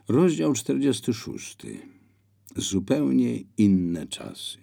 Rozdział 46. Zupełnie inne czasy.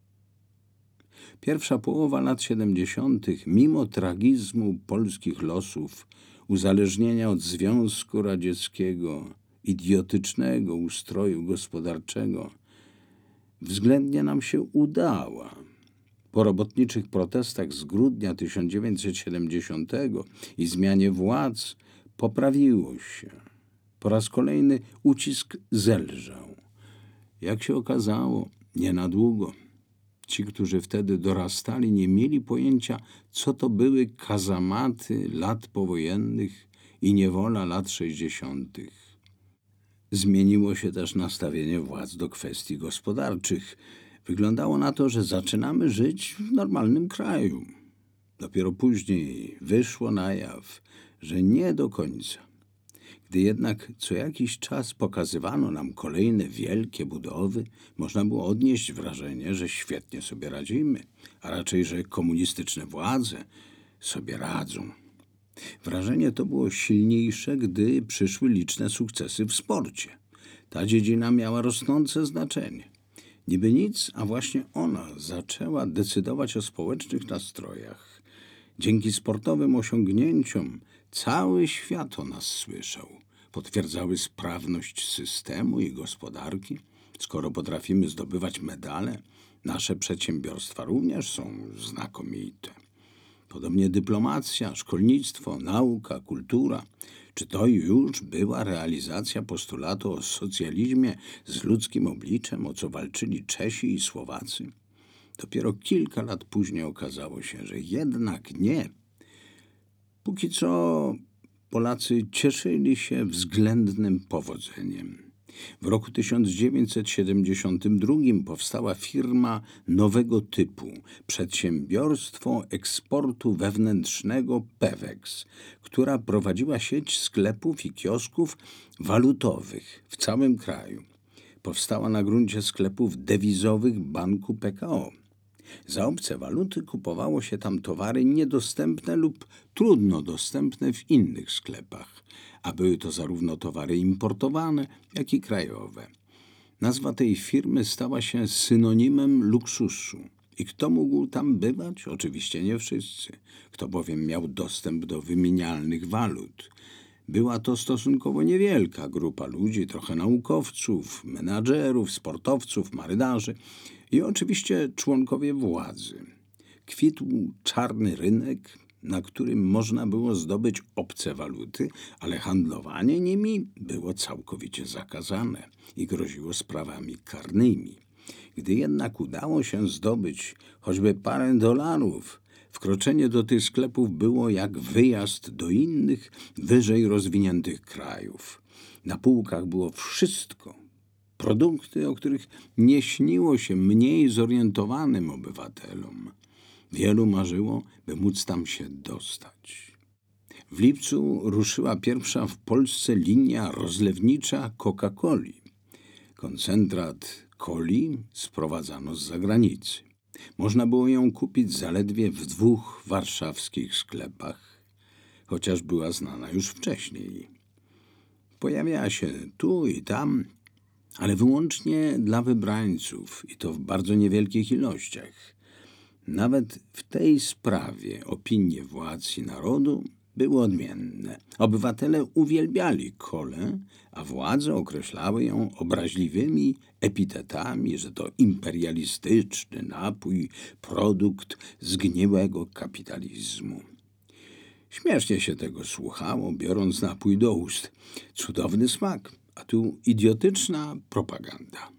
Pierwsza połowa lat 70., mimo tragizmu polskich losów, uzależnienia od Związku Radzieckiego, idiotycznego ustroju gospodarczego, względnie nam się udała. Po robotniczych protestach z grudnia 1970 i zmianie władz poprawiło się. Po raz kolejny ucisk zelżał. Jak się okazało, nie na długo. Ci, którzy wtedy dorastali, nie mieli pojęcia, co to były kazamaty lat powojennych i niewola lat 60. Zmieniło się też nastawienie władz do kwestii gospodarczych. Wyglądało na to, że zaczynamy żyć w normalnym kraju. Dopiero później wyszło na jaw, że nie do końca. Gdy jednak co jakiś czas pokazywano nam kolejne wielkie budowy, można było odnieść wrażenie, że świetnie sobie radzimy, a raczej, że komunistyczne władze sobie radzą. Wrażenie to było silniejsze, gdy przyszły liczne sukcesy w sporcie. Ta dziedzina miała rosnące znaczenie. Niby nic, a właśnie ona zaczęła decydować o społecznych nastrojach. Dzięki sportowym osiągnięciom cały świat o nas słyszał. Potwierdzały sprawność systemu i gospodarki. Skoro potrafimy zdobywać medale, nasze przedsiębiorstwa również są znakomite. Podobnie dyplomacja, szkolnictwo, nauka, kultura. Czy to już była realizacja postulatu o socjalizmie z ludzkim obliczem, o co walczyli Czesi i Słowacy? Dopiero kilka lat później okazało się, że jednak nie. Póki co Polacy cieszyli się względnym powodzeniem. W roku 1972 powstała firma nowego typu, Przedsiębiorstwo Eksportu Wewnętrznego Pewex, która prowadziła sieć sklepów i kiosków walutowych w całym kraju. Powstała na gruncie sklepów dewizowych Banku PKO. Za obce waluty kupowało się tam towary niedostępne lub trudno dostępne w innych sklepach, a były to zarówno towary importowane, jak i krajowe. Nazwa tej firmy stała się synonimem luksusu. I kto mógł tam bywać? Oczywiście nie wszyscy. Kto bowiem miał dostęp do wymienialnych walut. Była to stosunkowo niewielka grupa ludzi, trochę naukowców, menadżerów, sportowców, marynarzy i oczywiście członkowie władzy. Kwitł czarny rynek, na którym można było zdobyć obce waluty, ale handlowanie nimi było całkowicie zakazane i groziło sprawami karnymi. Gdy jednak udało się zdobyć choćby parę dolarów, wkroczenie do tych sklepów było jak wyjazd do innych, wyżej rozwiniętych krajów. Na półkach było wszystko. Produkty, o których nie śniło się mniej zorientowanym obywatelom. Wielu marzyło, by móc tam się dostać. W lipcu ruszyła pierwsza w Polsce linia rozlewnicza Coca-Coli. Koncentrat coli sprowadzano z zagranicy. Można było ją kupić zaledwie w 2 warszawskich sklepach, chociaż była znana już wcześniej. Pojawiała się tu i tam, ale wyłącznie dla wybrańców i to w bardzo niewielkich ilościach. Nawet w tej sprawie opinie władz i narodu były odmienne. Obywatele uwielbiali kolę, a władze określały ją obraźliwymi epitetami, że to imperialistyczny napój, produkt zgniłego kapitalizmu. Śmiesznie się tego słuchało, biorąc napój do ust. Cudowny smak, a tu idiotyczna propaganda.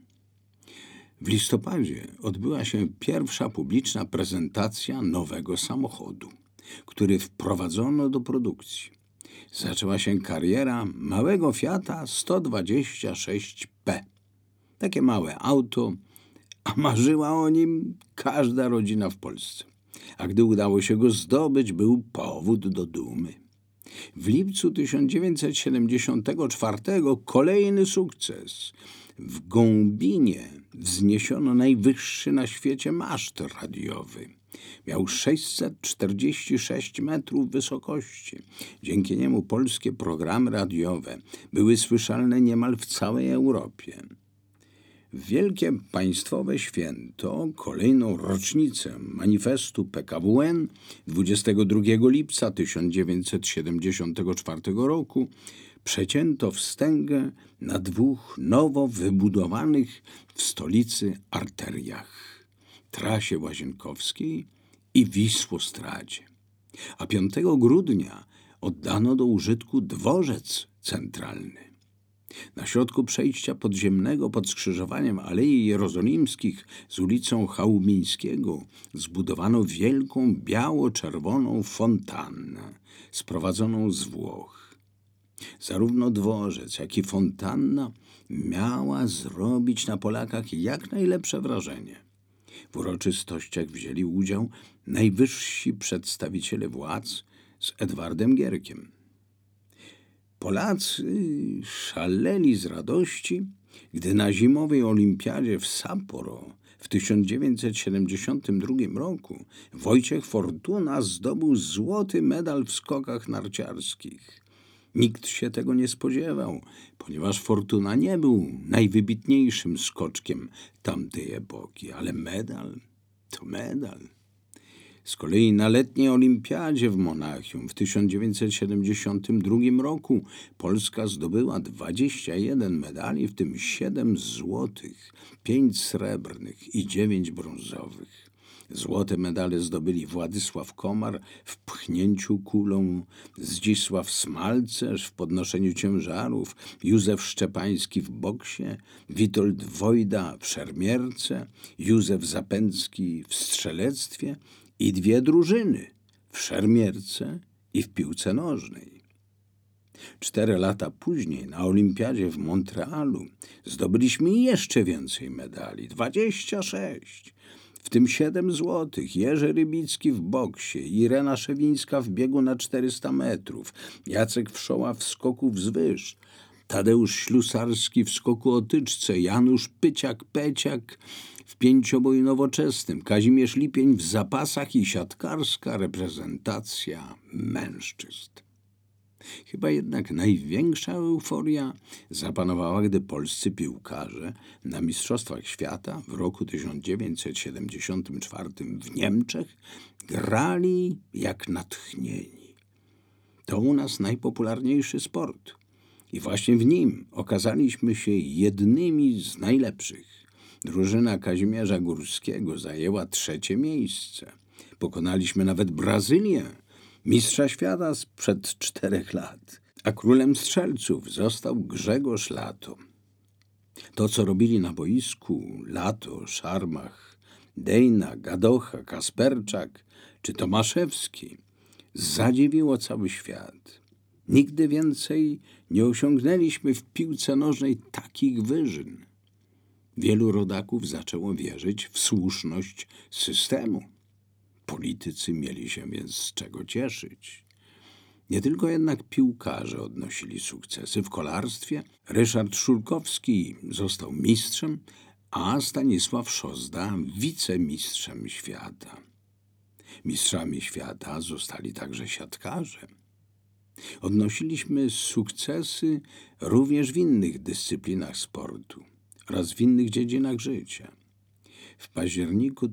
W listopadzie odbyła się pierwsza publiczna prezentacja nowego samochodu, który wprowadzono do produkcji. Zaczęła się kariera małego Fiata 126P. Takie małe auto, a marzyła o nim każda rodzina w Polsce. A gdy udało się go zdobyć, był powód do dumy. W lipcu 1974 kolejny sukces. W Gołębinie wzniesiono najwyższy na świecie maszt radiowy. Miał 646 metrów wysokości. Dzięki niemu polskie programy radiowe były słyszalne niemal w całej Europie. W wielkie państwowe święto, kolejną rocznicę manifestu PKWN 22 lipca 1974 roku przecięto wstęgę na 2 nowo wybudowanych w stolicy arteriach, trasie Łazienkowskiej i Wisłostradzie. A 5 grudnia oddano do użytku dworzec centralny. Na środku przejścia podziemnego pod skrzyżowaniem Alei Jerozolimskich z ulicą Chałubińskiego zbudowano wielką biało-czerwoną fontannę sprowadzoną z Włoch. Zarówno dworzec, jak i fontanna miała zrobić na Polakach jak najlepsze wrażenie. W uroczystościach wzięli udział najwyżsi przedstawiciele władz z Edwardem Gierkiem. Polacy szaleli z radości, gdy na zimowej olimpiadzie w Sapporo w 1972 roku Wojciech Fortuna zdobył złoty medal w skokach narciarskich. Nikt się tego nie spodziewał, ponieważ Fortuna nie był najwybitniejszym skoczkiem tamtej epoki, ale medal to medal. Z kolei na letniej olimpiadzie w Monachium w 1972 roku Polska zdobyła 21 medali, w tym 7 złotych, 5 srebrnych i 9 brązowych. Złote medale zdobyli Władysław Komar w pchnięciu kulą, Zdzisław Smalcerz w podnoszeniu ciężarów, Józef Szczepański w boksie, Witold Wojda w szermierce, Józef Zapędzki w strzelectwie i 2 drużyny w szermierce i w piłce nożnej. 4 lata później na olimpiadzie w Montrealu zdobyliśmy jeszcze więcej medali, 26, w tym 7 złotych, Jerzy Rybicki w boksie, Irena Szewińska w biegu na 400 metrów, Jacek Wszoła w skoku wzwyż, Tadeusz Ślusarski w skoku o tyczce, Janusz Pyciak-Peciak w pięcioboju nowoczesnym, Kazimierz Lipień w zapasach i siatkarska reprezentacja mężczyzn. Chyba jednak największa euforia zapanowała, gdy polscy piłkarze na Mistrzostwach Świata w roku 1974 w Niemczech grali jak natchnieni. To u nas najpopularniejszy sport i właśnie w nim okazaliśmy się jednymi z najlepszych. Drużyna Kazimierza Górskiego zajęła 3. miejsce. Pokonaliśmy nawet Brazylię, mistrza świata sprzed 4 lat, a królem strzelców został Grzegorz Lato. To, co robili na boisku Lato, Szarmach, Dejna, Gadocha, Kasperczak czy Tomaszewski, zadziwiło cały świat. Nigdy więcej nie osiągnęliśmy w piłce nożnej takich wyżyn. Wielu rodaków zaczęło wierzyć w słuszność systemu. Politycy mieli się więc z czego cieszyć. Nie tylko jednak piłkarze odnosili sukcesy. W kolarstwie Ryszard Szurkowski został mistrzem, a Stanisław Szozda wicemistrzem świata. Mistrzami świata zostali także siatkarze. Odnosiliśmy sukcesy również w innych dyscyplinach sportu oraz w innych dziedzinach życia. W październiku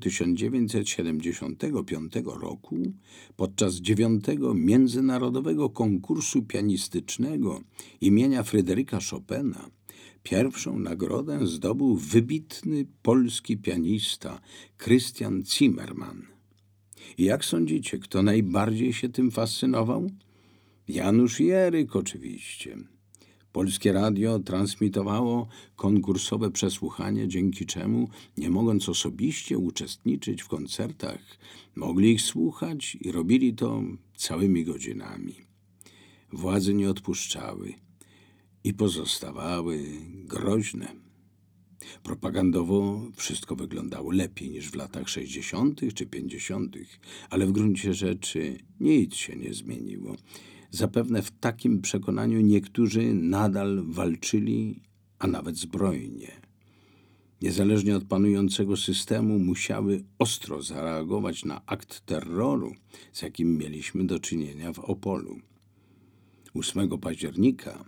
1975 roku podczas 9. Międzynarodowego Konkursu Pianistycznego imienia Fryderyka Chopina pierwszą nagrodę zdobył wybitny polski pianista Christian Zimmermann. I jak sądzicie, kto najbardziej się tym fascynował? Janusz Jeryk oczywiście. Polskie radio transmitowało konkursowe przesłuchania, dzięki czemu, nie mogąc osobiście uczestniczyć w koncertach, mogli ich słuchać i robili to całymi godzinami. Władze nie odpuszczały i pozostawały groźne. Propagandowo wszystko wyglądało lepiej niż w latach 60. czy 50., ale w gruncie rzeczy nic się nie zmieniło. Zapewne w takim przekonaniu niektórzy nadal walczyli, a nawet zbrojnie. niezależnie od panującego systemu, musiały ostro zareagować na akt terroru, z jakim mieliśmy do czynienia w Opolu. 8 października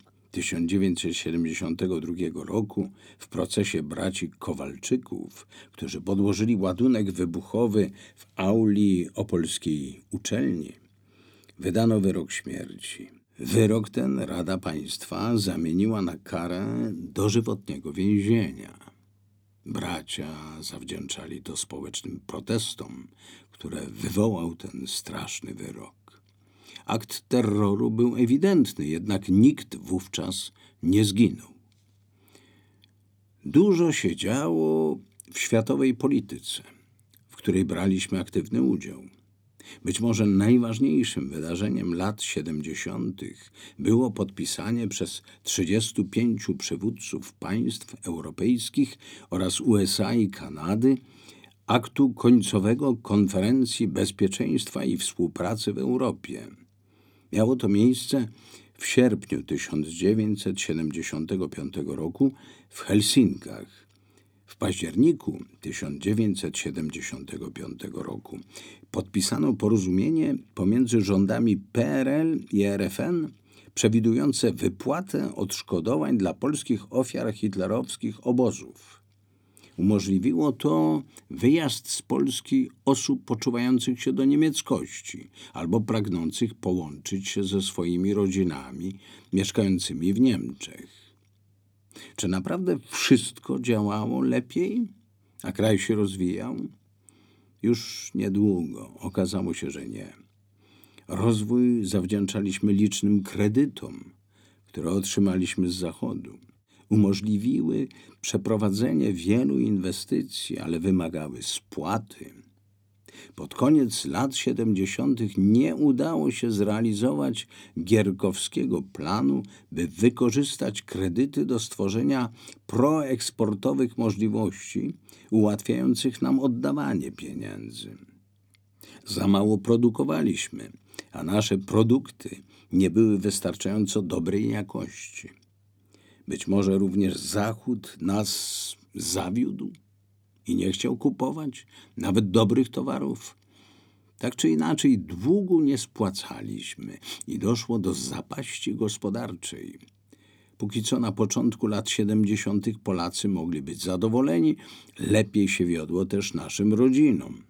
1972 roku w procesie braci Kowalczyków, którzy podłożyli ładunek wybuchowy w auli opolskiej uczelni, wydano wyrok śmierci. Wyrok ten Rada Państwa zamieniła na karę dożywotniego więzienia. Bracia zawdzięczali to społecznym protestom, które wywołał ten straszny wyrok. Akt terroru był ewidentny, jednak nikt wówczas nie zginął. Dużo się działo w światowej polityce, w której braliśmy aktywny udział. Być może najważniejszym wydarzeniem lat 70. było podpisanie przez 35 przywódców państw europejskich oraz USA i Kanady aktu końcowego Konferencji Bezpieczeństwa i Współpracy w Europie. Miało to miejsce w sierpniu 1975 roku w Helsinkach. W październiku 1975 roku podpisano porozumienie pomiędzy rządami PRL i RFN przewidujące wypłatę odszkodowań dla polskich ofiar hitlerowskich obozów. Umożliwiło to wyjazd z Polski osób poczuwających się do niemieckości albo pragnących połączyć się ze swoimi rodzinami mieszkającymi w Niemczech. Czy naprawdę wszystko działało lepiej, a kraj się rozwijał? Już niedługo okazało się, że nie. Rozwój zawdzięczaliśmy licznym kredytom, które otrzymaliśmy z Zachodu. Umożliwiły przeprowadzenie wielu inwestycji, ale wymagały spłaty. Pod koniec lat 70. nie udało się zrealizować gierkowskiego planu, by wykorzystać kredyty do stworzenia proeksportowych możliwości ułatwiających nam oddawanie pieniędzy. Za mało produkowaliśmy, a nasze produkty nie były wystarczająco dobrej jakości. Być może również Zachód nas zawiódł i nie chciał kupować nawet dobrych towarów. Tak czy inaczej, długu nie spłacaliśmy i doszło do zapaści gospodarczej. Póki co na początku lat 70. Polacy mogli być zadowoleni, lepiej się wiodło też naszym rodzinom.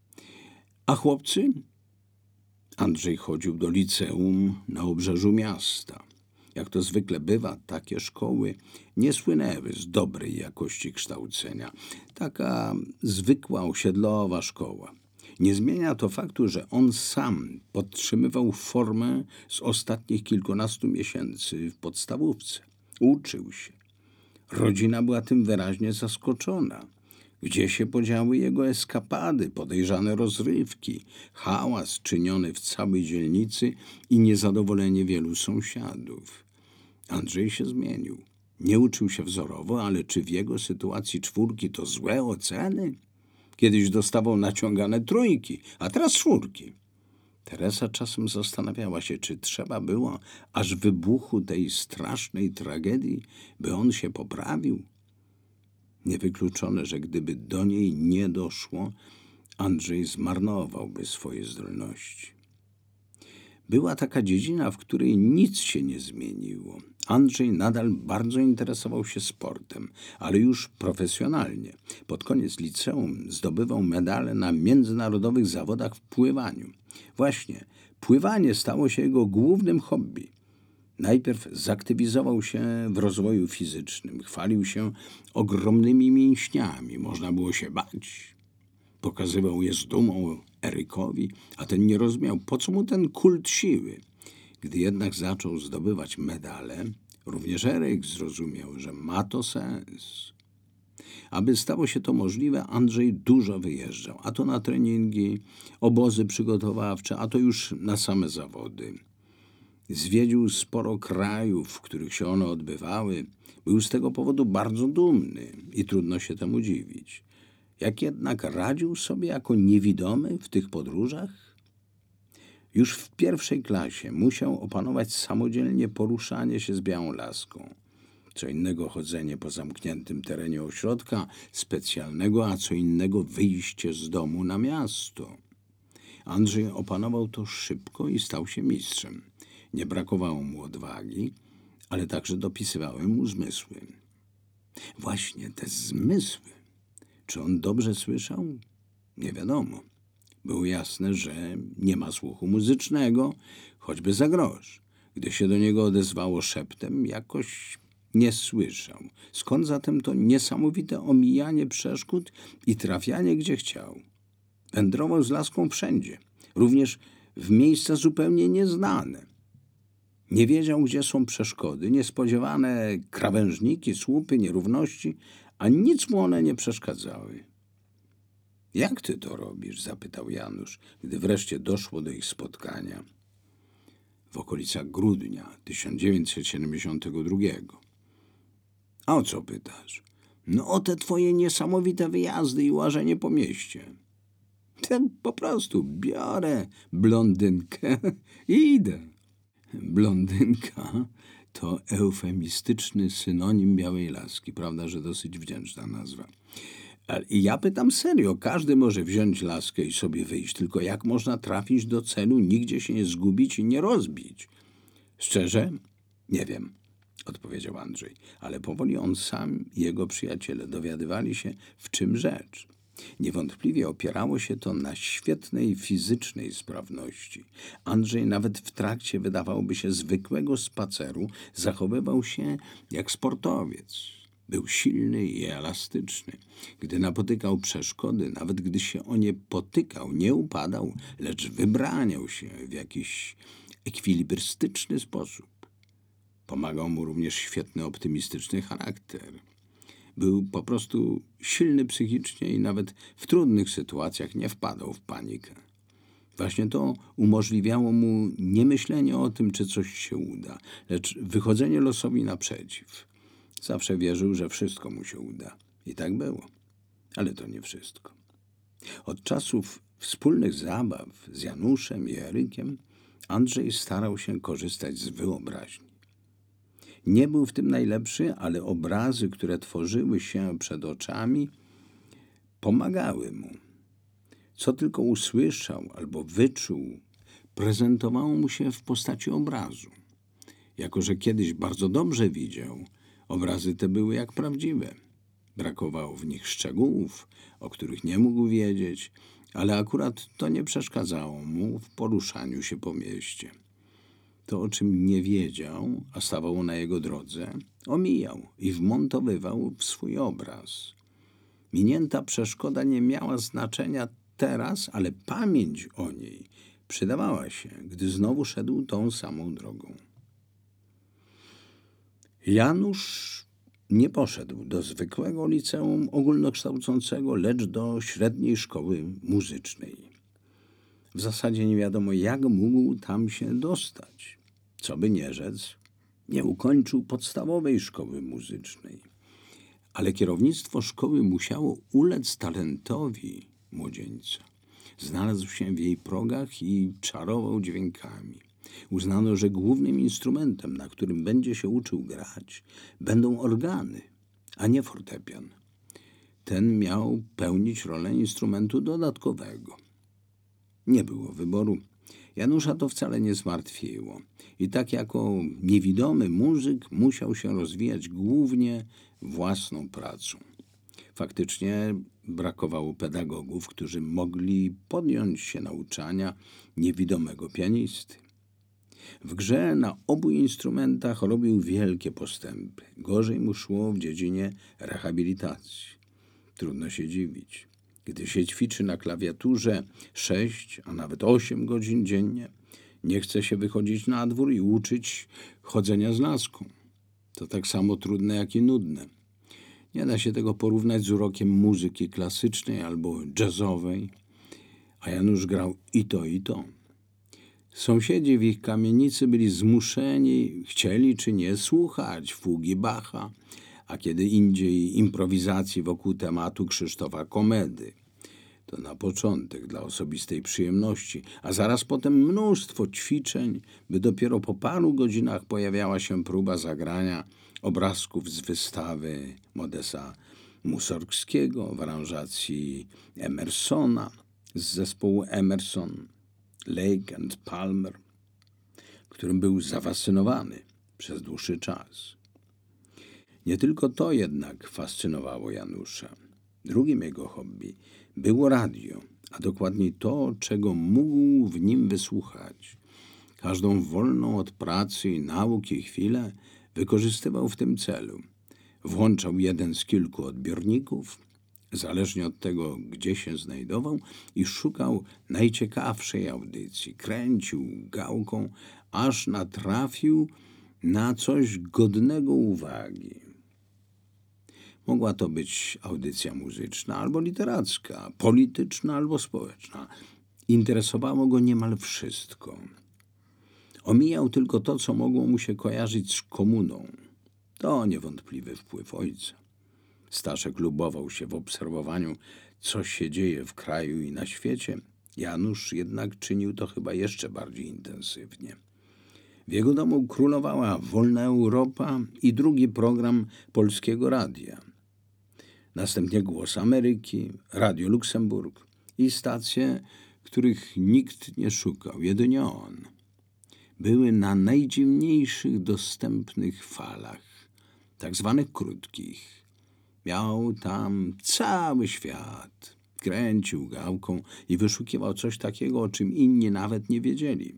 A chłopcy? Andrzej chodził do liceum na obrzeżu miasta. Jak to zwykle bywa, takie szkoły nie słynęły z dobrej jakości kształcenia. Taka zwykła osiedlowa szkoła. Nie zmienia to faktu, że on sam podtrzymywał formę z ostatnich kilkunastu miesięcy w podstawówce. Uczył się. Rodzina była tym wyraźnie zaskoczona. Gdzie się podziały jego eskapady, podejrzane rozrywki, hałas czyniony w całej dzielnicy i niezadowolenie wielu sąsiadów. Andrzej się zmienił. Nie uczył się wzorowo, ale czy w jego sytuacji 4 to złe oceny? Kiedyś dostawał naciągane 3, a teraz 4. Teresa czasem zastanawiała się, czy trzeba było aż wybuchu tej strasznej tragedii, by on się poprawił. Niewykluczone, że gdyby do niej nie doszło, Andrzej zmarnowałby swoje zdolności. Była taka dziedzina, w której nic się nie zmieniło. Andrzej nadal bardzo interesował się sportem, ale już profesjonalnie. Pod koniec liceum zdobywał medale na międzynarodowych zawodach w pływaniu. Właśnie, pływanie stało się jego głównym hobby. Najpierw zaktywizował się w rozwoju fizycznym, chwalił się ogromnymi mięśniami, można było się bać. Pokazywał je z dumą Erykowi, a ten nie rozumiał, po co mu ten kult siły. Gdy jednak zaczął zdobywać medale, również Eryk zrozumiał, że ma to sens. Aby stało się to możliwe, Andrzej dużo wyjeżdżał, a to na treningi, obozy przygotowawcze, a to już na same zawody. Zwiedził sporo krajów, w których się one odbywały. Był z tego powodu bardzo dumny i trudno się temu dziwić. Jak jednak radził sobie jako niewidomy w tych podróżach? Już w 1. klasie musiał opanować samodzielnie poruszanie się z białą laską. Co innego chodzenie po zamkniętym terenie ośrodka specjalnego, a co innego wyjście z domu na miasto. Andrzej opanował to szybko i stał się mistrzem. Nie brakowało mu odwagi, ale także dopisywały mu zmysły. Właśnie te zmysły. Czy on dobrze słyszał? Nie wiadomo. Było jasne, że nie ma słuchu muzycznego, choćby za grosz. Gdy się do niego odezwało szeptem, jakoś nie słyszał. Skąd zatem to niesamowite omijanie przeszkód i trafianie gdzie chciał? Wędrował z laską wszędzie, również w miejsca zupełnie nieznane. Nie wiedział, gdzie są przeszkody, niespodziewane krawężniki, słupy, nierówności, a nic mu one nie przeszkadzały. Jak ty to robisz? Zapytał Janusz, gdy wreszcie doszło do ich spotkania. W okolicach grudnia 1972. A o co pytasz? No o te twoje niesamowite wyjazdy i łażenie po mieście. Po prostu biorę blondynkę i idę. Blondynka to eufemistyczny synonim białej laski. Prawda, że dosyć wdzięczna nazwa. I ja pytam serio, każdy może wziąć laskę i sobie wyjść, tylko jak można trafić do celu, nigdzie się nie zgubić i nie rozbić? Szczerze? Nie wiem, odpowiedział Andrzej, ale powoli on sam i jego przyjaciele dowiadywali się, w czym rzecz. Niewątpliwie opierało się to na świetnej fizycznej sprawności. Andrzej nawet w trakcie, wydawałoby się, zwykłego spaceru zachowywał się jak sportowiec. Był silny i elastyczny. Gdy napotykał przeszkody, nawet gdy się o nie potykał, nie upadał, lecz wybraniał się w jakiś ekwilibrystyczny sposób. Pomagał mu również świetny, optymistyczny charakter. Był po prostu silny psychicznie i nawet w trudnych sytuacjach nie wpadał w panikę. Właśnie to umożliwiało mu nie myślenie o tym, czy coś się uda, lecz wychodzenie losowi naprzeciw. Zawsze wierzył, że wszystko mu się uda. I tak było. Ale to nie wszystko. Od czasów wspólnych zabaw z Januszem i Erykiem Andrzej starał się korzystać z wyobraźni. Nie był w tym najlepszy, ale obrazy, które tworzyły się przed oczami, pomagały mu. Co tylko usłyszał albo wyczuł, prezentowało mu się w postaci obrazu. Jako że kiedyś bardzo dobrze widział, obrazy te były jak prawdziwe. Brakowało w nich szczegółów, o których nie mógł wiedzieć, ale akurat to nie przeszkadzało mu w poruszaniu się po mieście. To, o czym nie wiedział, a stawało na jego drodze, omijał i wmontowywał w swój obraz. Minięta przeszkoda nie miała znaczenia teraz, ale pamięć o niej przydawała się, gdy znowu szedł tą samą drogą. Janusz nie poszedł do zwykłego liceum ogólnokształcącego, lecz do średniej szkoły muzycznej. W zasadzie nie wiadomo, jak mógł tam się dostać. Co by nie rzec, nie ukończył podstawowej szkoły muzycznej. Ale kierownictwo szkoły musiało ulec talentowi młodzieńca. Znalazł się w jej progach i czarował dźwiękami. Uznano, że głównym instrumentem, na którym będzie się uczył grać, będą organy, a nie fortepian. Ten miał pełnić rolę instrumentu dodatkowego. Nie było wyboru. Janusza to wcale nie zmartwiło. I tak jako niewidomy muzyk musiał się rozwijać głównie własną pracą. Faktycznie brakowało pedagogów, którzy mogli podjąć się nauczania niewidomego pianisty. W grze na obu instrumentach robił wielkie postępy. Gorzej mu szło w dziedzinie rehabilitacji. Trudno się dziwić. Gdy się ćwiczy na klawiaturze 6, a nawet 8 godzin dziennie, nie chce się wychodzić na dwór i uczyć chodzenia z laską. To tak samo trudne, jak i nudne. Nie da się tego porównać z urokiem muzyki klasycznej albo jazzowej, a Janusz grał i to, i to. Sąsiedzi w ich kamienicy byli zmuszeni, chcieli czy nie, słuchać fugi Bacha, a kiedy indziej improwizacji wokół tematu Krzysztofa Komedy. To na początek dla osobistej przyjemności, a zaraz potem mnóstwo ćwiczeń, by dopiero po paru godzinach pojawiała się próba zagrania obrazków z wystawy Modesta Mussorgskiego w aranżacji Emersona z zespołu Emerson, Lake and Palmer, którym był zafascynowany przez dłuższy czas. Nie tylko to jednak fascynowało Janusza. Drugim jego hobby było radio, a dokładniej to, czego mógł w nim wysłuchać. Każdą wolną od pracy i nauki chwilę wykorzystywał w tym celu. Włączał jeden z kilku odbiorników, zależnie od tego, gdzie się znajdował, i szukał najciekawszej audycji. Kręcił gałką, aż natrafił na coś godnego uwagi. Mogła to być audycja muzyczna albo literacka, polityczna albo społeczna. Interesowało go niemal wszystko. Omijał tylko to, co mogło mu się kojarzyć z komuną. To niewątpliwy wpływ ojca. Staszek lubował się w obserwowaniu, co się dzieje w kraju i na świecie. Janusz jednak czynił to chyba jeszcze bardziej intensywnie. W jego domu królowała Wolna Europa i drugi program Polskiego Radia. Następnie Głos Ameryki, Radio Luksemburg i stacje, których nikt nie szukał, jedynie on. Były na najdziwniejszych dostępnych falach, tak zwanych krótkich. Miał tam cały świat. Kręcił gałką i wyszukiwał coś takiego, o czym inni nawet nie wiedzieli.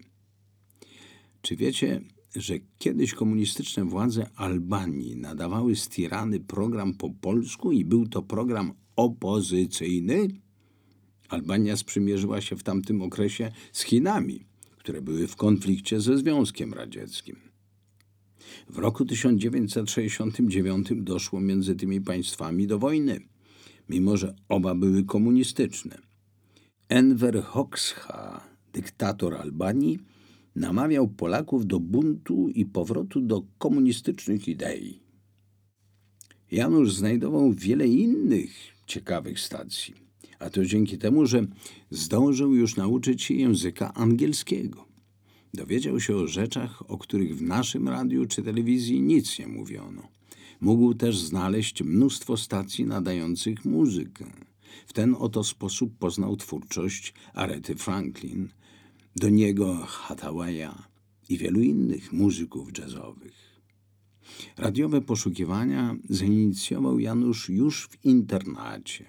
Czy wiecie, że kiedyś komunistyczne władze Albanii nadawały z Tirany program po polsku i był to program opozycyjny? Albania sprzymierzyła się w tamtym okresie z Chinami, które były w konflikcie ze Związkiem Radzieckim. W roku 1969 doszło między tymi państwami do wojny, mimo że oba były komunistyczne. Enver Hoxha, dyktator Albanii, namawiał Polaków do buntu i powrotu do komunistycznych idei. Janusz znajdował wiele innych ciekawych stacji, a to dzięki temu, że zdążył już nauczyć się języka angielskiego. Dowiedział się o rzeczach, o których w naszym radiu czy telewizji nic nie mówiono. Mógł też znaleźć mnóstwo stacji nadających muzykę. W ten oto sposób poznał twórczość Arety Franklin, Doniego Hathawaya i wielu innych muzyków jazzowych. Radiowe poszukiwania zainicjował Janusz już w internacie.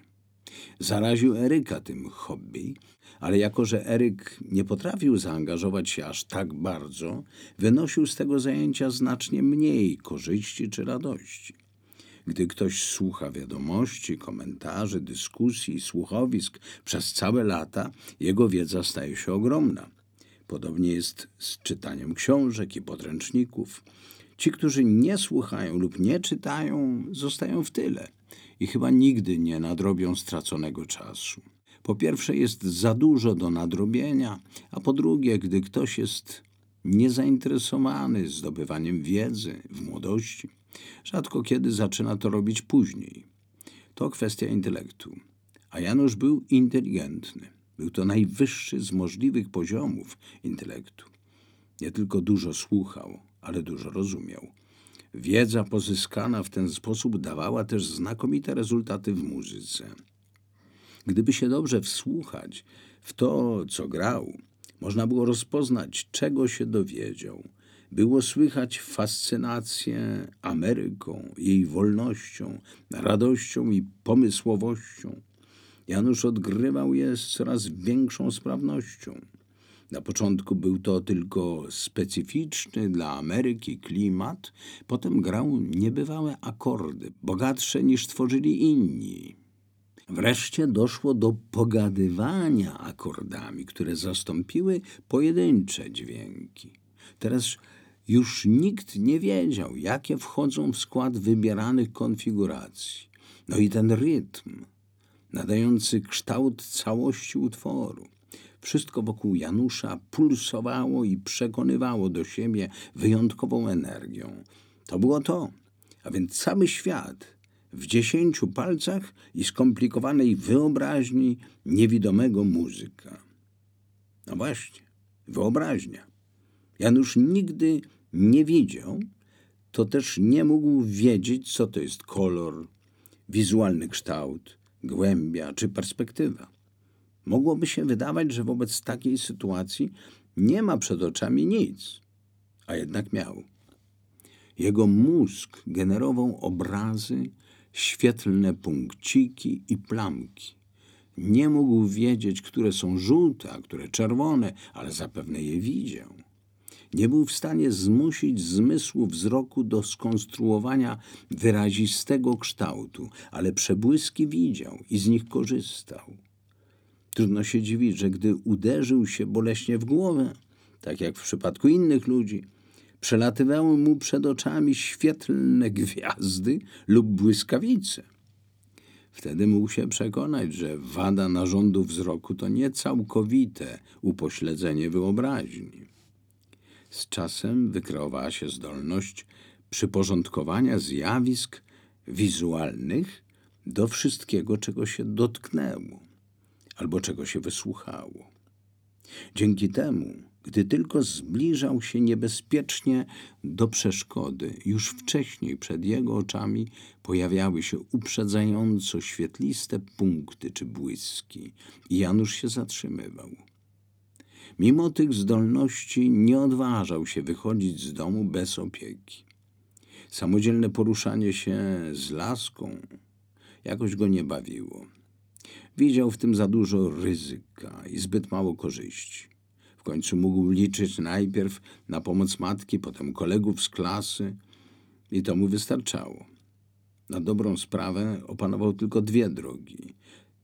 Zaraził Eryka tym hobby, ale jako że Eryk nie potrafił zaangażować się aż tak bardzo, wynosił z tego zajęcia znacznie mniej korzyści czy radości. Gdy ktoś słucha wiadomości, komentarzy, dyskusji, słuchowisk przez całe lata, jego wiedza staje się ogromna. Podobnie jest z czytaniem książek i podręczników. Ci, którzy nie słuchają lub nie czytają, zostają w tyle i chyba nigdy nie nadrobią straconego czasu. Po pierwsze, jest za dużo do nadrobienia, a po drugie, gdy ktoś jest niezainteresowany zdobywaniem wiedzy w młodości, rzadko kiedy zaczyna to robić później. To kwestia intelektu, a Janusz był inteligentny. Był to najwyższy z możliwych poziomów intelektu. Nie tylko dużo słuchał, ale dużo rozumiał. Wiedza pozyskana w ten sposób dawała też znakomite rezultaty w muzyce. Gdyby się dobrze wsłuchać w to, co grał, można było rozpoznać, czego się dowiedział. Było słychać fascynację Ameryką, jej wolnością, radością i pomysłowością. Janusz odgrywał je z coraz większą sprawnością. Na początku był to tylko specyficzny dla Ameryki klimat, potem grał niebywałe akordy, bogatsze niż tworzyli inni. Wreszcie doszło do pogadywania akordami, które zastąpiły pojedyncze dźwięki. Teraz już nikt nie wiedział, jakie wchodzą w skład wybieranych konfiguracji. No i ten rytm, nadający kształt całości utworu. Wszystko wokół Janusza pulsowało i przekonywało do siebie wyjątkową energią. To było to, a więc cały świat w 10 palcach i skomplikowanej wyobraźni niewidomego muzyka. No właśnie, wyobraźnia. Janusz nigdy nie widział, to też nie mógł wiedzieć, co to jest kolor, wizualny kształt, głębia czy perspektywa. Mogłoby się wydawać, że wobec takiej sytuacji nie ma przed oczami nic, a jednak miał. Jego mózg generował obrazy, świetlne punkciki i plamki. Nie mógł wiedzieć, które są żółte, a które czerwone, ale zapewne je widział. Nie był w stanie zmusić zmysłu wzroku do skonstruowania wyrazistego kształtu, ale przebłyski widział i z nich korzystał. Trudno się dziwić, że gdy uderzył się boleśnie w głowę, tak jak w przypadku innych ludzi, przelatywały mu przed oczami świetlne gwiazdy lub błyskawice. Wtedy mógł się przekonać, że wada narządu wzroku to nie całkowite upośledzenie wyobraźni. Z czasem wykreowała się zdolność przyporządkowania zjawisk wizualnych do wszystkiego, czego się dotknęło albo czego się wysłuchało. Dzięki temu, gdy tylko zbliżał się niebezpiecznie do przeszkody, już wcześniej przed jego oczami pojawiały się uprzedzająco świetliste punkty czy błyski i Janusz się zatrzymywał. Mimo tych zdolności nie odważał się wychodzić z domu bez opieki. Samodzielne poruszanie się z laską jakoś go nie bawiło. Widział w tym za dużo ryzyka i zbyt mało korzyści. W końcu mógł liczyć najpierw na pomoc matki, potem kolegów z klasy i to mu wystarczało. Na dobrą sprawę opanował tylko 2 drogi,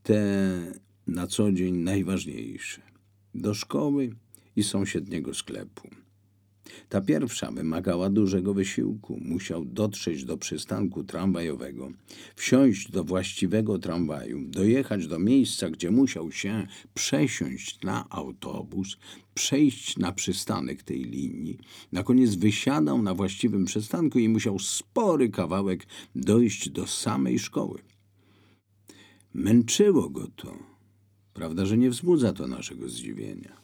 te na co dzień najważniejsze: do szkoły i sąsiedniego sklepu. Ta pierwsza wymagała dużego wysiłku. Musiał dotrzeć do przystanku tramwajowego, wsiąść do właściwego tramwaju, dojechać do miejsca, gdzie musiał się przesiąść na autobus, przejść na przystanek tej linii. Na koniec wysiadał na właściwym przystanku i musiał spory kawałek dojść do samej szkoły. Męczyło go to. Prawda, że nie wzbudza to naszego zdziwienia.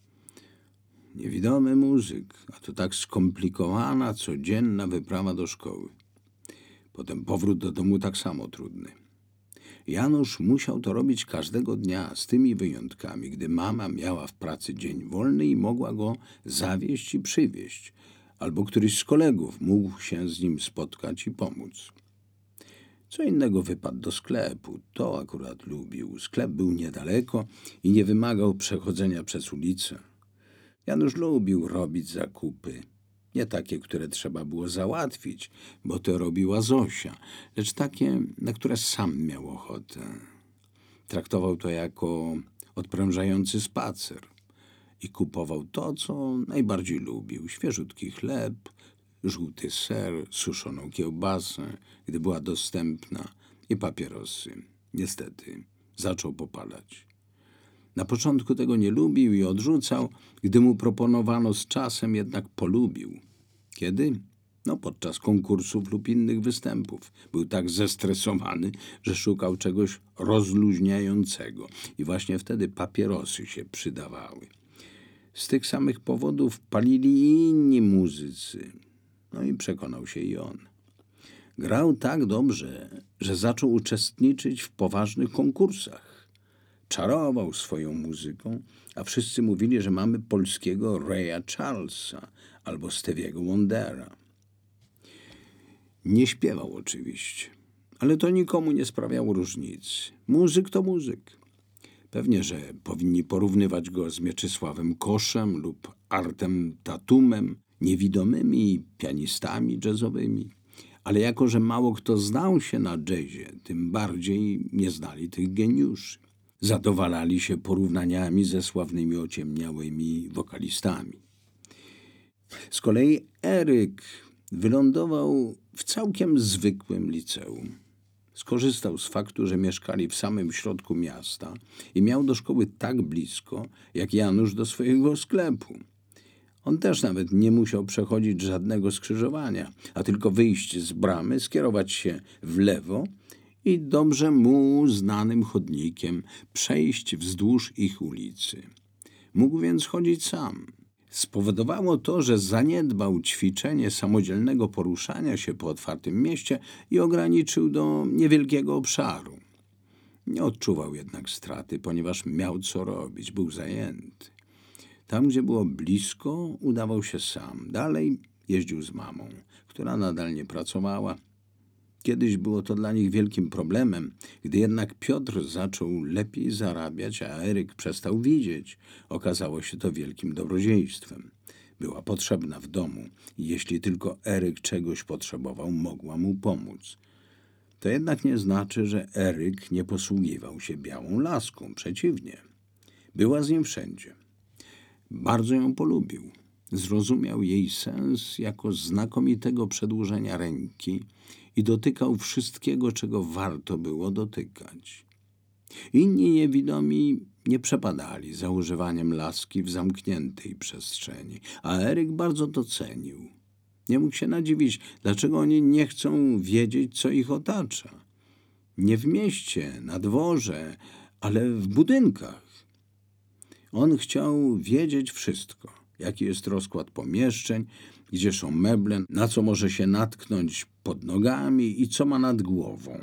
Niewidomy muzyk, a to tak skomplikowana, codzienna wyprawa do szkoły. Potem powrót do domu tak samo trudny. Janusz musiał to robić każdego dnia, z tymi wyjątkami, gdy mama miała w pracy dzień wolny i mogła go zawieźć i przywieźć, albo któryś z kolegów mógł się z nim spotkać i pomóc. Co innego wypadł do sklepu, to akurat lubił. Sklep był niedaleko i nie wymagał przechodzenia przez ulicę. Janusz lubił robić zakupy. Nie takie, które trzeba było załatwić, bo to robiła Zosia, lecz takie, na które sam miał ochotę. Traktował to jako odprężający spacer i kupował to, co najbardziej lubił: świeżutki chleb, żółty ser, suszoną kiełbasę, gdy była dostępna, i papierosy. Niestety, zaczął popalać. Na początku tego nie lubił i odrzucał, gdy mu proponowano, z czasem jednak polubił. Kiedy? Podczas konkursów lub innych występów. Był tak zestresowany, że szukał czegoś rozluźniającego i właśnie wtedy papierosy się przydawały. Z tych samych powodów palili i inni muzycy. I przekonał się i on. Grał tak dobrze, że zaczął uczestniczyć w poważnych konkursach. Czarował swoją muzyką, a wszyscy mówili, że mamy polskiego Raya Charlesa albo Stevie'ego Wondera. Nie śpiewał oczywiście, ale to nikomu nie sprawiało różnicy. Muzyk to muzyk. Pewnie, że powinni porównywać go z Mieczysławem Koszem lub Artem Tatumem, niewidomymi pianistami jazzowymi. Ale jako że mało kto znał się na jazzie, tym bardziej nie znali tych geniuszy. Zadowalali się porównaniami ze sławnymi ociemniałymi wokalistami. Z kolei Eryk wylądował w całkiem zwykłym liceum. Skorzystał z faktu, że mieszkali w samym środku miasta i miał do szkoły tak blisko, jak Janusz do swojego sklepu. On też nawet nie musiał przechodzić żadnego skrzyżowania, a tylko wyjść z bramy, skierować się w lewo i dobrze mu znanym chodnikiem przejść wzdłuż ich ulicy. Mógł więc chodzić sam. Spowodowało to, że zaniedbał ćwiczenie samodzielnego poruszania się po otwartym mieście i ograniczył do niewielkiego obszaru. Nie odczuwał jednak straty, ponieważ miał co robić, był zajęty. Tam, gdzie było blisko, udawał się sam. Dalej jeździł z mamą, która nadal nie pracowała. Kiedyś było to dla nich wielkim problemem. Gdy jednak Piotr zaczął lepiej zarabiać, a Eryk przestał widzieć, okazało się to wielkim dobrodziejstwem. Była potrzebna w domu i jeśli tylko Eryk czegoś potrzebował, mogła mu pomóc. To jednak nie znaczy, że Eryk nie posługiwał się białą laską. Przeciwnie. Była z nim wszędzie. Bardzo ją polubił. Zrozumiał jej sens jako znakomitego przedłużenia ręki i dotykał wszystkiego, czego warto było dotykać. Inni niewidomi nie przepadali za używaniem laski w zamkniętej przestrzeni, a Eryk bardzo to cenił. Nie mógł się nadziwić, dlaczego oni nie chcą wiedzieć, co ich otacza. Nie w mieście, na dworze, ale w budynkach. On chciał wiedzieć wszystko, jaki jest rozkład pomieszczeń, gdzie są meble, na co może się natknąć pod nogami i co ma nad głową.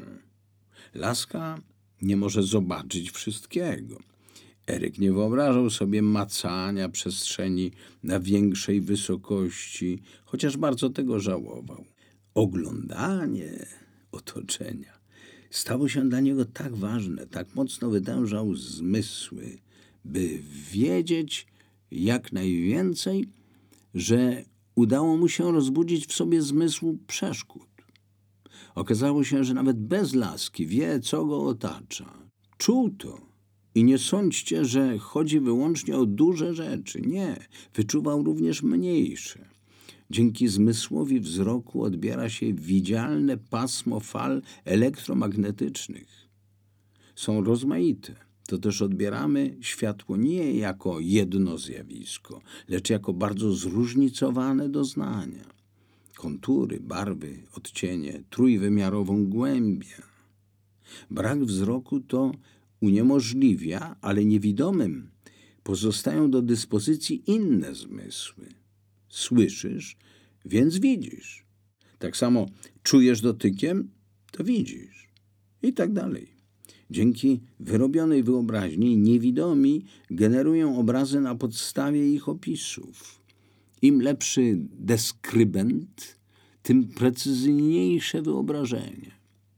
Laska nie może zobaczyć wszystkiego. Eryk nie wyobrażał sobie macania przestrzeni na większej wysokości, chociaż bardzo tego żałował. Oglądanie otoczenia stało się dla niego tak ważne, tak mocno wytężał zmysły, by wiedzieć jak najwięcej, że udało mu się rozbudzić w sobie zmysł przeszkód. Okazało się, że nawet bez laski wie, co go otacza. Czuł to i nie sądźcie, że chodzi wyłącznie o duże rzeczy. Nie, wyczuwał również mniejsze. Dzięki zmysłowi wzroku odbiera się widzialne pasmo fal elektromagnetycznych. Są rozmaite. To też odbieramy światło nie jako jedno zjawisko, lecz jako bardzo zróżnicowane doznania. Kontury, barwy, odcienie, trójwymiarową głębię. Brak wzroku to uniemożliwia, ale niewidomym pozostają do dyspozycji inne zmysły. Słyszysz, więc widzisz. Tak samo czujesz dotykiem, to widzisz. I tak dalej. Dzięki wyrobionej wyobraźni niewidomi generują obrazy na podstawie ich opisów. Im lepszy deskrybent, tym precyzyjniejsze wyobrażenie.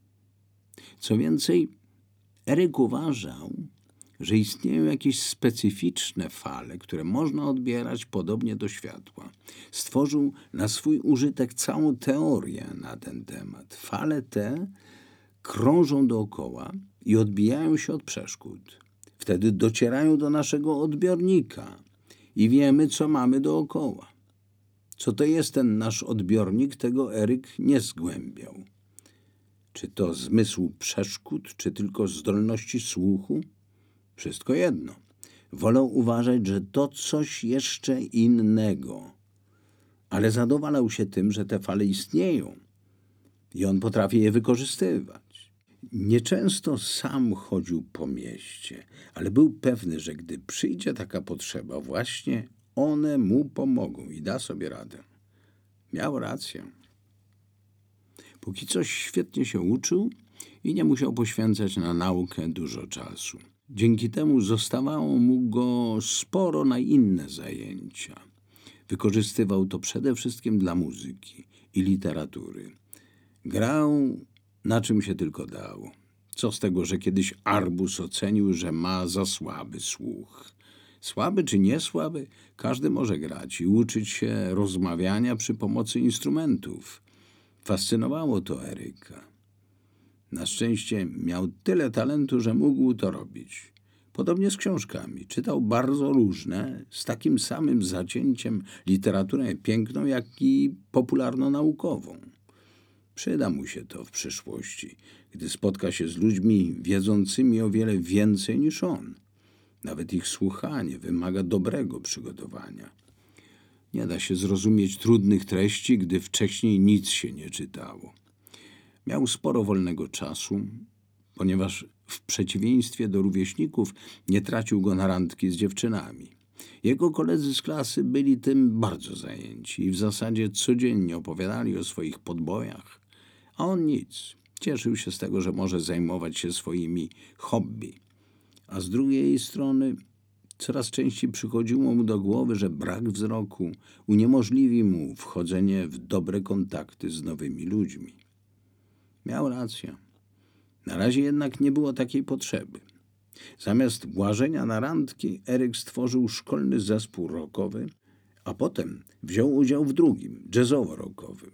Co więcej, Eryk uważał, że istnieją jakieś specyficzne fale, które można odbierać podobnie do światła. Stworzył na swój użytek całą teorię na ten temat. Fale te krążą dookoła i odbijają się od przeszkód. Wtedy docierają do naszego odbiornika i wiemy, co mamy dookoła. Co to jest ten nasz odbiornik, tego Eryk nie zgłębiał. Czy to zmysł przeszkód, czy tylko zdolności słuchu? Wszystko jedno. Wolał uważać, że to coś jeszcze innego. Ale zadowalał się tym, że te fale istnieją i on potrafi je wykorzystywać. Nieczęsto sam chodził po mieście, ale był pewny, że gdy przyjdzie taka potrzeba, właśnie one mu pomogą i da sobie radę. Miał rację. Póki co świetnie się uczył i nie musiał poświęcać na naukę dużo czasu. Dzięki temu zostawało mu go sporo na inne zajęcia. Wykorzystywał to przede wszystkim dla muzyki i literatury. Grał na czym się tylko dało. Co z tego, że kiedyś Arbus ocenił, że ma za słaby słuch. Słaby czy niesłaby, każdy może grać i uczyć się rozmawiania przy pomocy instrumentów. Fascynowało to Eryka. Na szczęście miał tyle talentu, że mógł to robić. Podobnie z książkami. Czytał bardzo różne, z takim samym zacięciem literaturę piękną, jak i popularno-naukową. Przyda mu się to w przyszłości, gdy spotka się z ludźmi wiedzącymi o wiele więcej niż on. Nawet ich słuchanie wymaga dobrego przygotowania. Nie da się zrozumieć trudnych treści, gdy wcześniej nic się nie czytało. Miał sporo wolnego czasu, ponieważ w przeciwieństwie do rówieśników nie tracił go na randki z dziewczynami. Jego koledzy z klasy byli tym bardzo zajęci i w zasadzie codziennie opowiadali o swoich podbojach, a on nic. Cieszył się z tego, że może zajmować się swoimi hobby. A z drugiej strony coraz częściej przychodziło mu do głowy, że brak wzroku uniemożliwi mu wchodzenie w dobre kontakty z nowymi ludźmi. Miał rację. Na razie jednak nie było takiej potrzeby. Zamiast łażenia na randki, Eryk stworzył szkolny zespół rockowy, a potem wziął udział w drugim, jazzowo-rockowym.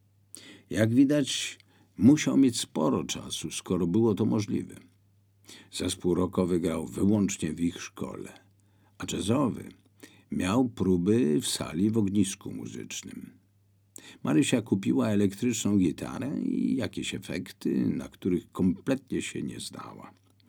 Jak widać, musiał mieć sporo czasu, skoro było to możliwe. Zespół rockowy grał wyłącznie w ich szkole, a jazzowy miał próby w sali w ognisku muzycznym. Marysia kupiła elektryczną gitarę i jakieś efekty, na których kompletnie się nie znała.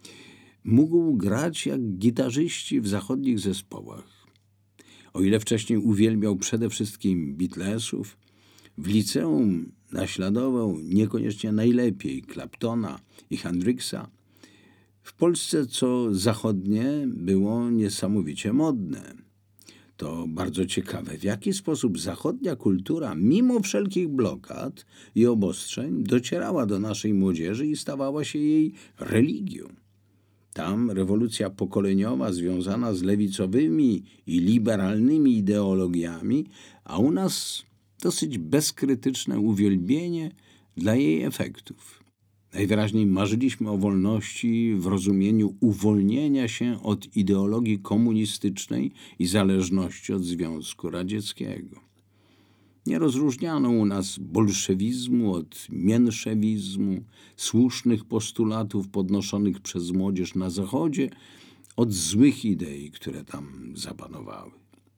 Mógł grać jak gitarzyści w zachodnich zespołach. O ile wcześniej uwielbiał przede wszystkim Beatlesów, w liceum naśladował niekoniecznie najlepiej Claptona i Hendrixa. W Polsce co zachodnie było niesamowicie modne. To bardzo ciekawe, w jaki sposób zachodnia kultura, mimo wszelkich blokad i obostrzeń, docierała do naszej młodzieży i stawała się jej religią. Tam rewolucja pokoleniowa związana z lewicowymi i liberalnymi ideologiami, a u nas dosyć bezkrytyczne uwielbienie dla jej efektów. Najwyraźniej marzyliśmy o wolności w rozumieniu uwolnienia się od ideologii komunistycznej i zależności od Związku Radzieckiego. Nie rozróżniano u nas bolszewizmu od mięszewizmu, słusznych postulatów podnoszonych przez młodzież na Zachodzie od złych idei, które tam zapanowały.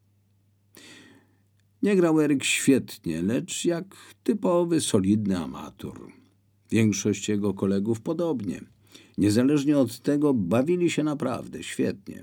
Nie grał Eryk świetnie, lecz jak typowy, solidny amator. Większość jego kolegów podobnie. Niezależnie od tego bawili się naprawdę świetnie.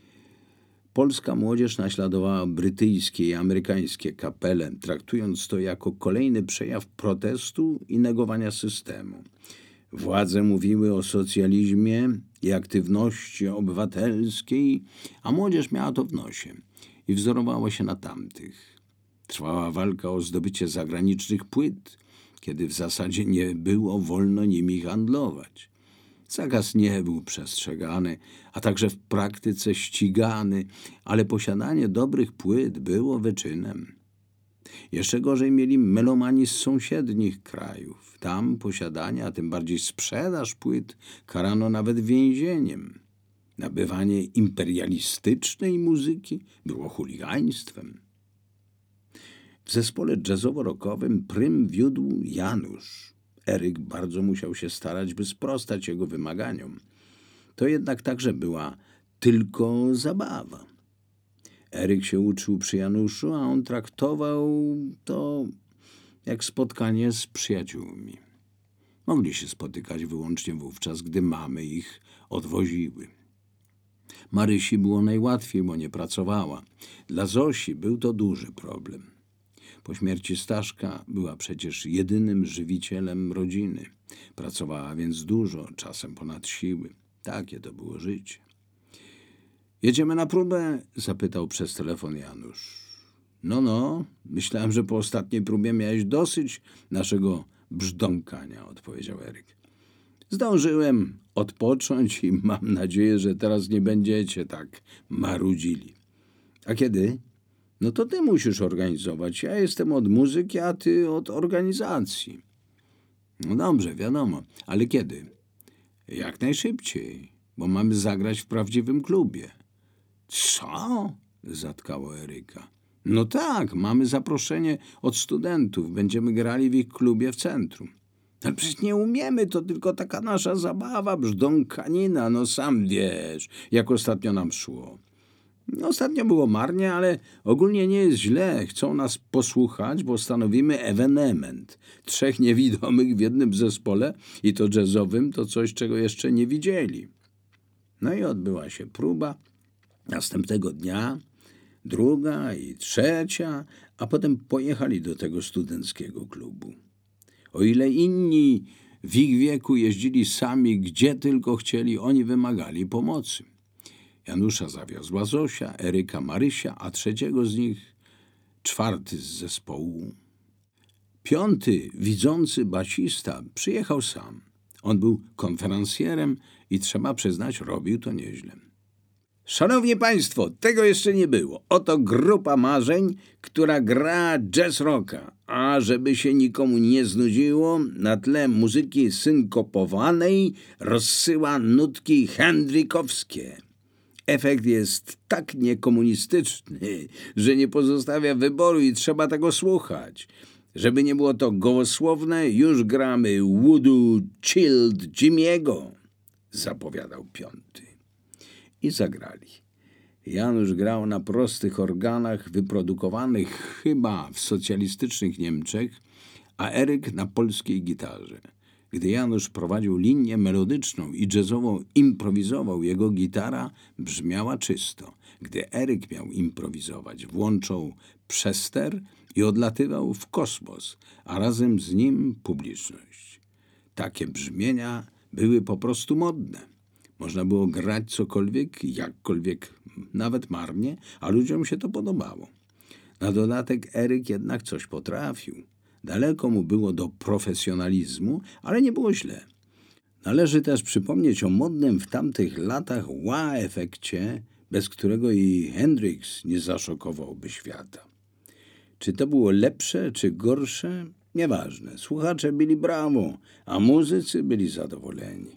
Polska młodzież naśladowała brytyjskie i amerykańskie kapele, traktując to jako kolejny przejaw protestu i negowania systemu. Władze mówiły o socjalizmie i aktywności obywatelskiej, a młodzież miała to w nosie i wzorowała się na tamtych. Trwała walka o zdobycie zagranicznych płyt, kiedy w zasadzie nie było wolno nimi handlować. Zakaz nie był przestrzegany, a także w praktyce ścigany, ale posiadanie dobrych płyt było wyczynem. Jeszcze gorzej mieli melomani z sąsiednich krajów. Tam posiadanie, a tym bardziej sprzedaż płyt karano nawet więzieniem. Nabywanie imperialistycznej muzyki było chuligaństwem. W zespole jazzowo-rockowym prym wiódł Janusz. Eryk bardzo musiał się starać, by sprostać jego wymaganiom. To jednak także była tylko zabawa. Eryk się uczył przy Januszu, a on traktował to jak spotkanie z przyjaciółmi. Mogli się spotykać wyłącznie wówczas, gdy mamy ich odwoziły. Marysi było najłatwiej, bo nie pracowała. Dla Zosi był to duży problem. Po śmierci Staszka była przecież jedynym żywicielem rodziny. Pracowała więc dużo, czasem ponad siły. Takie to było życie. Jedziemy na próbę? Zapytał przez telefon Janusz. No, myślałem, że po ostatniej próbie miałeś dosyć naszego brzdąkania, odpowiedział Eryk. Zdążyłem odpocząć i mam nadzieję, że teraz nie będziecie tak marudzili. A kiedy? No to ty musisz organizować. Ja jestem od muzyki, a ty od organizacji. No dobrze, wiadomo. Ale kiedy? Jak najszybciej, bo mamy zagrać w prawdziwym klubie. Co? Zatkało Eryka. No tak, mamy zaproszenie od studentów. Będziemy grali w ich klubie w centrum. Ale przecież nie umiemy, to tylko taka nasza zabawa, brzdąkanina, no sam wiesz, jak ostatnio nam szło. Ostatnio było marnie, ale ogólnie nie jest źle. Chcą nas posłuchać, bo stanowimy ewenement. 3 niewidomych w jednym zespole i to jazzowym to coś, czego jeszcze nie widzieli. No i odbyła się próba. Następnego dnia druga i trzecia, a potem pojechali do tego studenckiego klubu. O ile inni w ich wieku jeździli sami, gdzie tylko chcieli, oni wymagali pomocy. Janusza zawiozła Zosia, Eryka Marysia, a trzeciego z nich, czwarty z zespołu, piąty, widzący basista, przyjechał sam. On był konferencjerem i trzeba przyznać, robił to nieźle. Szanowni Państwo, tego jeszcze nie było. Oto grupa marzeń, która gra jazz rocka, a żeby się nikomu nie znudziło, na tle muzyki synkopowanej rozsyła nutki hendrikowskie. Efekt jest tak niekomunistyczny, że nie pozostawia wyboru i trzeba tego słuchać. Żeby nie było to gołosłowne, już gramy Voodoo Child Jimmy'ego, zapowiadał piąty. I zagrali. Janusz grał na prostych organach wyprodukowanych chyba w socjalistycznych Niemczech, a Eryk na polskiej gitarze. Gdy Janusz prowadził linię melodyczną i jazzową improwizował, jego gitara brzmiała czysto. Gdy Eryk miał improwizować, włączał przester i odlatywał w kosmos, a razem z nim publiczność. Takie brzmienia były po prostu modne. Można było grać cokolwiek, jakkolwiek, nawet marnie, a ludziom się to podobało. Na dodatek Eryk jednak coś potrafił. Daleko mu było do profesjonalizmu, ale nie było źle. Należy też przypomnieć o modnym w tamtych latach wow-efekcie, bez którego i Hendrix nie zaszokowałby świata. Czy to było lepsze, czy gorsze? Nieważne. Słuchacze byli brawo, a muzycy byli zadowoleni.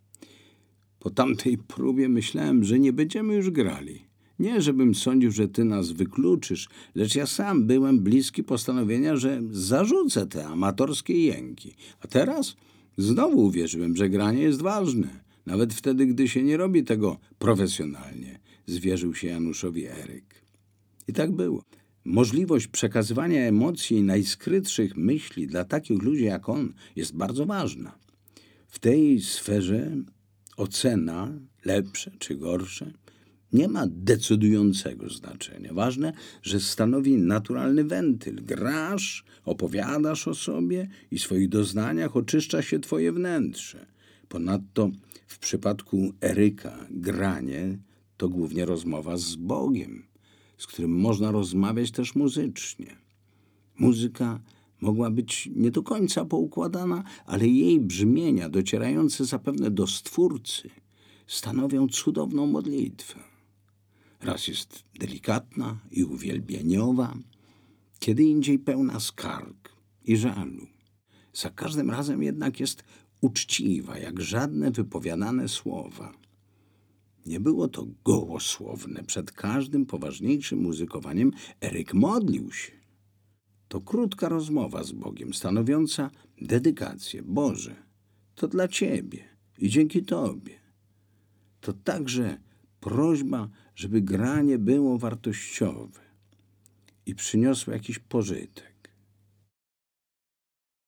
Po tamtej próbie myślałem, że nie będziemy już grali. Nie, żebym sądził, że ty nas wykluczysz, lecz ja sam byłem bliski postanowienia, że zarzucę te amatorskie jęki. A teraz znowu uwierzyłem, że granie jest ważne, nawet wtedy, gdy się nie robi tego profesjonalnie, zwierzył się Januszowi Eryk. I tak było. Możliwość przekazywania emocji i najskrytszych myśli dla takich ludzi jak on jest bardzo ważna. W tej sferze ocena, lepsze czy gorsze, nie ma decydującego znaczenia. Ważne, że stanowi naturalny wentyl. Grasz, opowiadasz o sobie i swoich doznaniach, oczyszcza się twoje wnętrze. Ponadto w przypadku Eryka granie to głównie rozmowa z Bogiem, z którym można rozmawiać też muzycznie. Muzyka mogła być nie do końca poukładana, ale jej brzmienia, docierające zapewne do Stwórcy, stanowią cudowną modlitwę. Raz jest delikatna i uwielbieniowa, kiedy indziej pełna skarg i żalu. Za każdym razem jednak jest uczciwa, jak żadne wypowiadane słowa. Nie było to gołosłowne. Przed każdym poważniejszym muzykowaniem Eryk modlił się. To krótka rozmowa z Bogiem, stanowiąca dedykację. Boże, to dla Ciebie i dzięki Tobie. To także prośba, żeby granie było wartościowe i przyniosło jakiś pożytek.